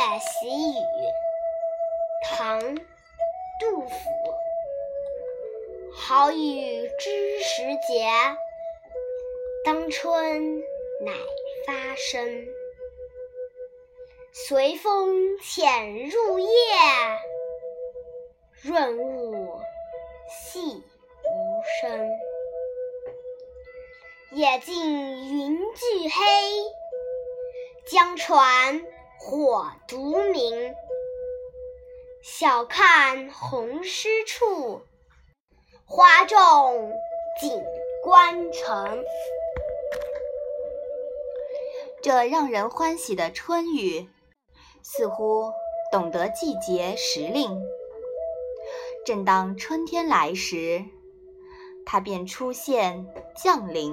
喜雨，唐·杜甫。好雨知时节，当春乃发生。随风潜入夜，润物细无声。野径云俱黑，江船火独明。晓看红湿处，花重锦官城。 这让人欢喜的春雨，似乎懂得季节时令。正当春天来时，它便出现降临。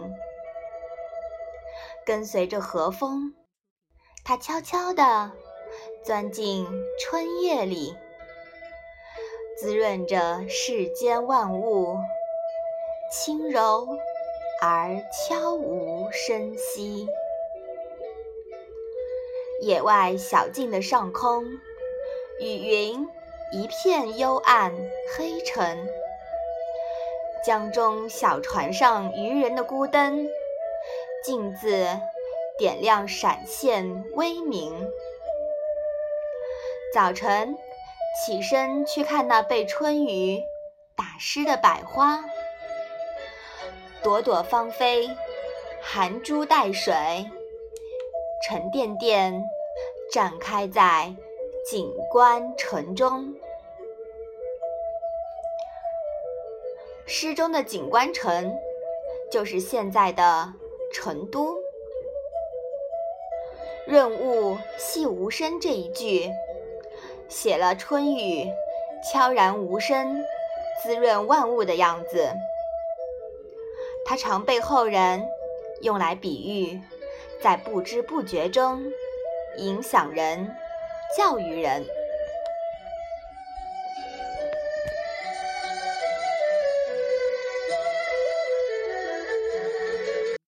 跟随着和风，它悄悄地钻进春夜里，滋润着世间万物，轻柔而悄无声息。野外小径的上空，雨云一片幽暗黑沉。江中小船上渔人的孤灯，径自点亮闪现微明。早晨起身去看那被春雨打湿的百花，朵朵芳菲，含珠带水，沉甸甸展开在锦官城中。诗中的锦官城就是现在的成都。润物细无声这一句，写了春雨悄然无声滋润万物的样子。它常被后人用来比喻在不知不觉中影响人、教育人。